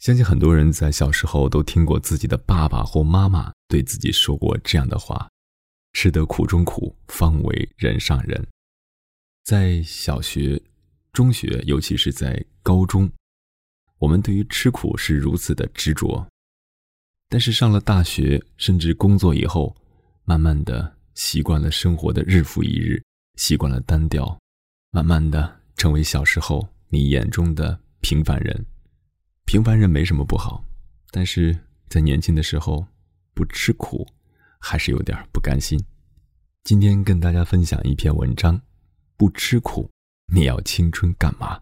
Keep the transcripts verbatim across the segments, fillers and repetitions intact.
相信很多人在小时候都听过自己的爸爸或妈妈对自己说过这样的话：吃得苦中苦，方为人上人。在小学、中学，尤其是在高中，我们对于吃苦是如此的执着，但是上了大学甚至工作以后，慢慢的习惯了生活的日复一日，习惯了单调，慢慢的成为小时候你眼中的平凡人。平凡人没什么不好，但是在年轻的时候不吃苦还是有点不甘心。今天跟大家分享一篇文章：不吃苦你要青春干嘛？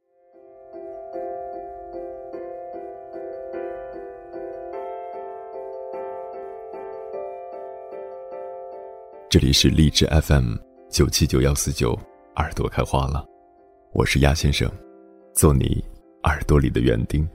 这里是励志 F M 九七九幺四九，耳朵开花了，我是鸭先生，做你耳朵里的园丁。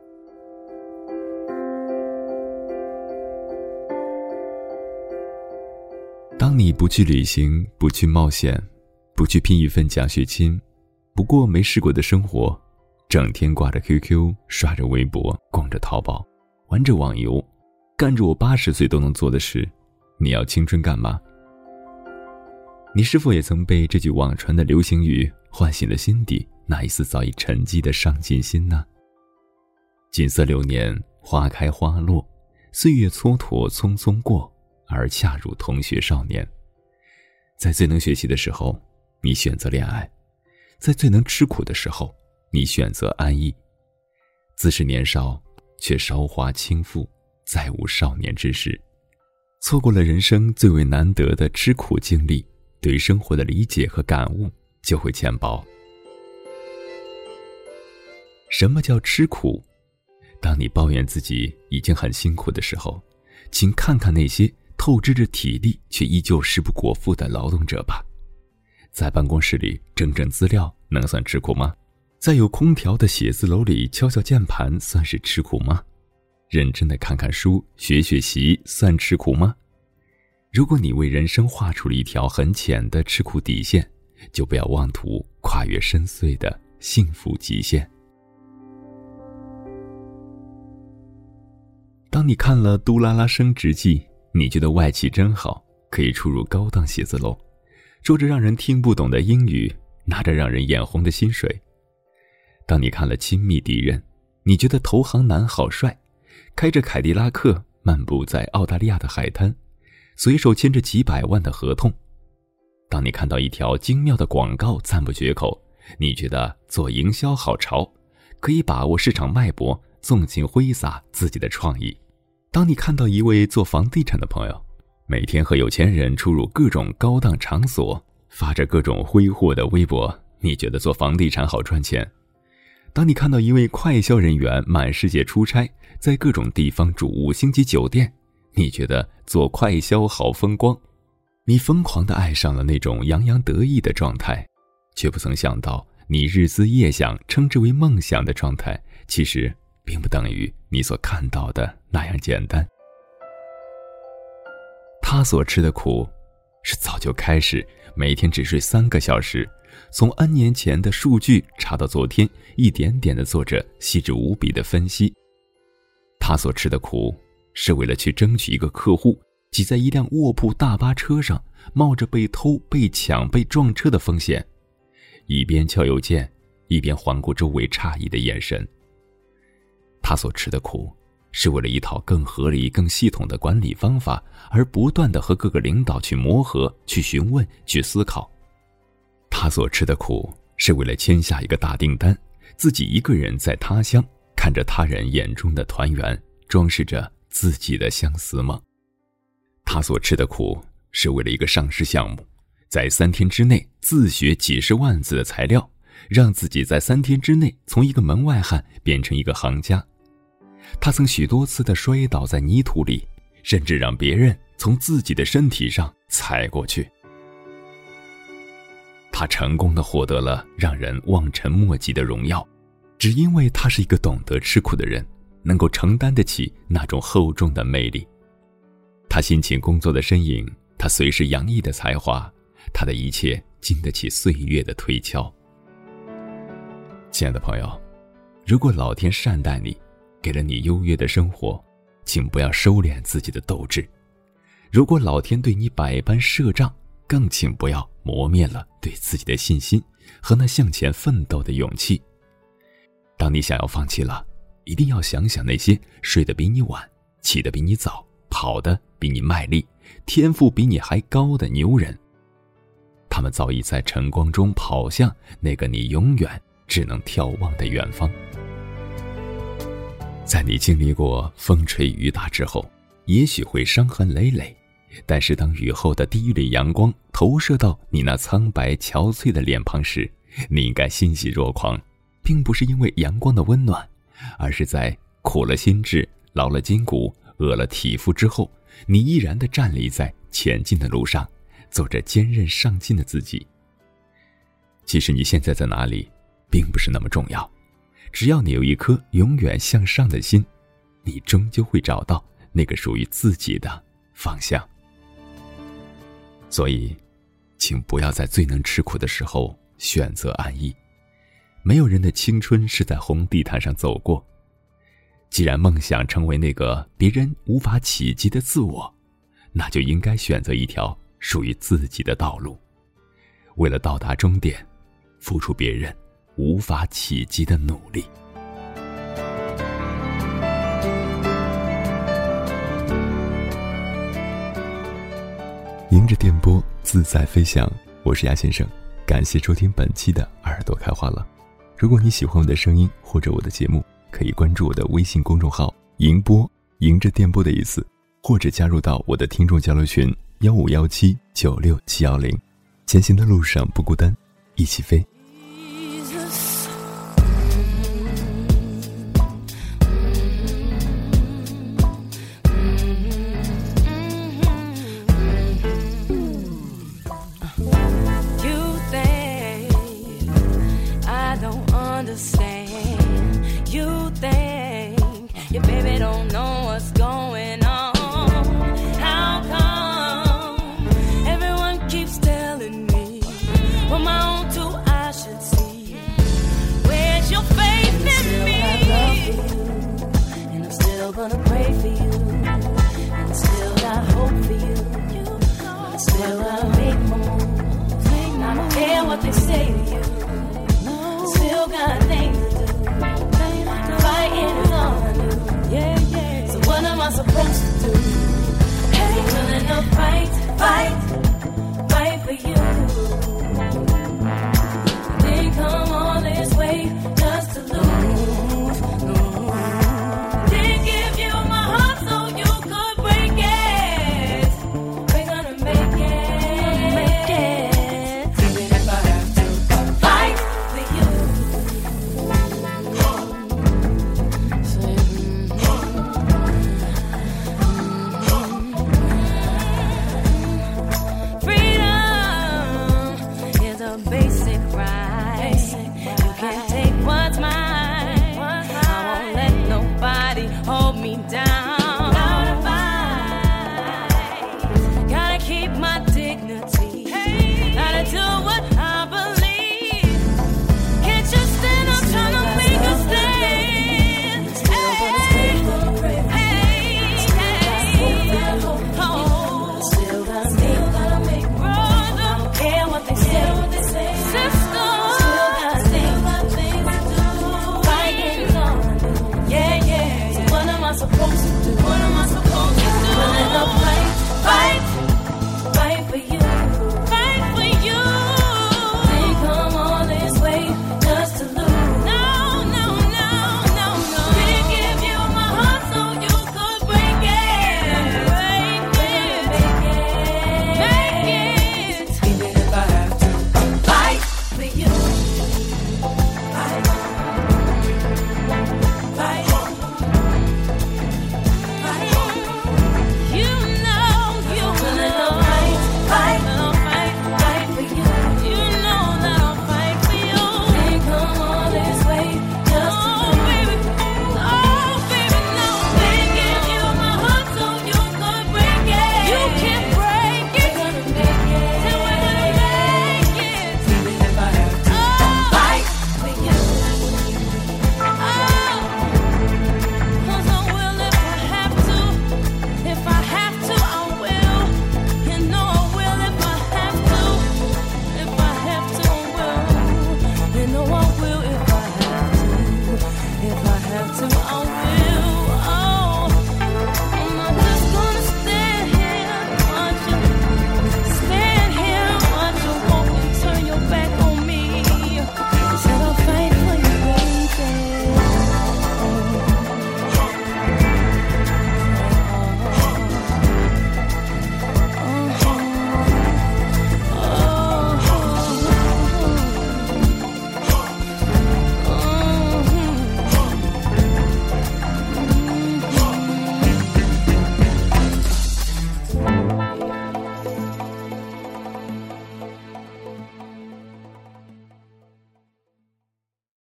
当你不去旅行，不去冒险，不去拼一份奖学金，不过没试过的生活，整天挂着 Q Q， 刷着微博，逛着淘宝，玩着网游，干着我八十岁都能做的事，你要青春干嘛？你是否也曾被这句网传的流行语唤醒了心底那一丝早已沉积的上进心呢？锦瑟流年，花开花落，岁月蹉跎匆匆过，而恰如同学少年。在最能学习的时候，你选择恋爱；在最能吃苦的时候，你选择安逸。自是年少，却韶华倾覆，再无少年之时。错过了人生最为难得的吃苦经历，对生活的理解和感悟就会浅薄。什么叫吃苦？当你抱怨自己已经很辛苦的时候，请看看那些透支着体力却依旧食不果腹的劳动者吧。在办公室里整整资料能算吃苦吗？在有空调的写字楼里敲敲键盘算是吃苦吗？认真的看看书，学学习算吃苦吗？如果你为人生画出了一条很浅的吃苦底线，就不要妄图跨越深邃的幸福极限。当你看了《杜拉拉升职记》，你觉得外企真好，可以出入高档写字楼，说着让人听不懂的英语，拿着让人眼红的薪水。当你看了《亲密敌人》，你觉得投行男好帅，开着凯迪拉克漫步在澳大利亚的海滩，随手签着几百万的合同。当你看到一条精妙的广告赞不绝口，你觉得做营销好潮，可以把握市场脉搏，纵情挥洒自己的创意。当你看到一位做房地产的朋友，每天和有钱人出入各种高档场所，发着各种挥霍的微博，你觉得做房地产好赚钱。当你看到一位快销人员满世界出差，在各种地方住五星级酒店，你觉得做快销好风光。你疯狂地爱上了那种洋洋得意的状态，却不曾想到你日思夜想称之为梦想的状态，其实并不等于你所看到的那样简单。他所吃的苦，是早就开始每天只睡三个小时，从 N 年前的数据查到昨天，一点点地做着细致无比的分析。他所吃的苦，是为了去争取一个客户，挤在一辆卧铺大巴车上，冒着被偷、被抢、被撞车的风险，一边敲邮件，一边环顾周围诧异的眼神。他所吃的苦，是为了一套更合理、更系统的管理方法，而不断地和各个领导去磨合、去询问、去思考。他所吃的苦，是为了签下一个大订单，自己一个人在他乡，看着他人眼中的团圆，装饰着自己的相思梦。他所吃的苦，是为了一个上市项目，在三天之内自学几十万字的材料，让自己在三天之内从一个门外汉变成一个行家。他曾许多次的摔倒在泥土里，甚至让别人从自己的身体上踩过去。他成功地获得了让人望尘莫及的荣耀，只因为他是一个懂得吃苦的人，能够承担得起那种厚重的魅力。他辛勤工作的身影，他随时洋溢的才华，他的一切经得起岁月的推敲。亲爱的朋友，如果老天善待你， 给了你优越的生活，请不要收敛自己的斗志。如果老天对你百般设障，更请不要磨灭了对自己的信心和那向前奋斗的勇气。当你想要放弃了，一定要想想那些睡得比你晚、起得比你早、跑得比你卖力、天赋比你还高的牛人。他们早已在晨光中跑向那个你永远只能眺望的远方。在你经历过风吹雨打之后，也许会伤痕累累，但是当雨后的第一缕阳光投射到你那苍白憔悴的脸庞时，你应该欣喜若狂，并不是因为阳光的温暖，而是在苦了心智、劳了筋骨、饿了体肤之后，你依然地站立在前进的路上，做着坚韧上进的自己。其实你现在在哪里并不是那么重要，只要你有一颗永远向上的心，你终究会找到那个属于自己的方向。所以请不要在最能吃苦的时候选择安逸，没有人的青春是在红地毯上走过。既然梦想成为那个别人无法企及的自我，那就应该选择一条属于自己的道路，为了到达终点，付出别人无法企及的努力。迎着电波自在飞翔，我是鸭先生，感谢收听本期的耳朵开花了。如果你喜欢我的声音或者我的节目，可以关注我的微信公众号迎波，迎着电波的意思，或者加入到我的听众交流群幺五幺七九六七幺零。前行的路上不孤单，一起飞。 Your baby don't know what's going on. How come everyone keeps telling me what my own two eyes should see? Where's your faith in me? Still got love for you, and I'm still gonna pray for you, and I still got hope for you, and I still gotta make my moves. I don't care what they say to you, I still got things to do. Fighting is all I do. Yeah, yeah. So what am I supposed to do? Hey, willing to fight, fight, fight for you. Then come all this way just to lose, lose. Then give you my heart so you could break it. We're gonna make it, make it. Even if I have to fight for you. Say, basic right. You can't take what's mine. I won't let nobody hold me down.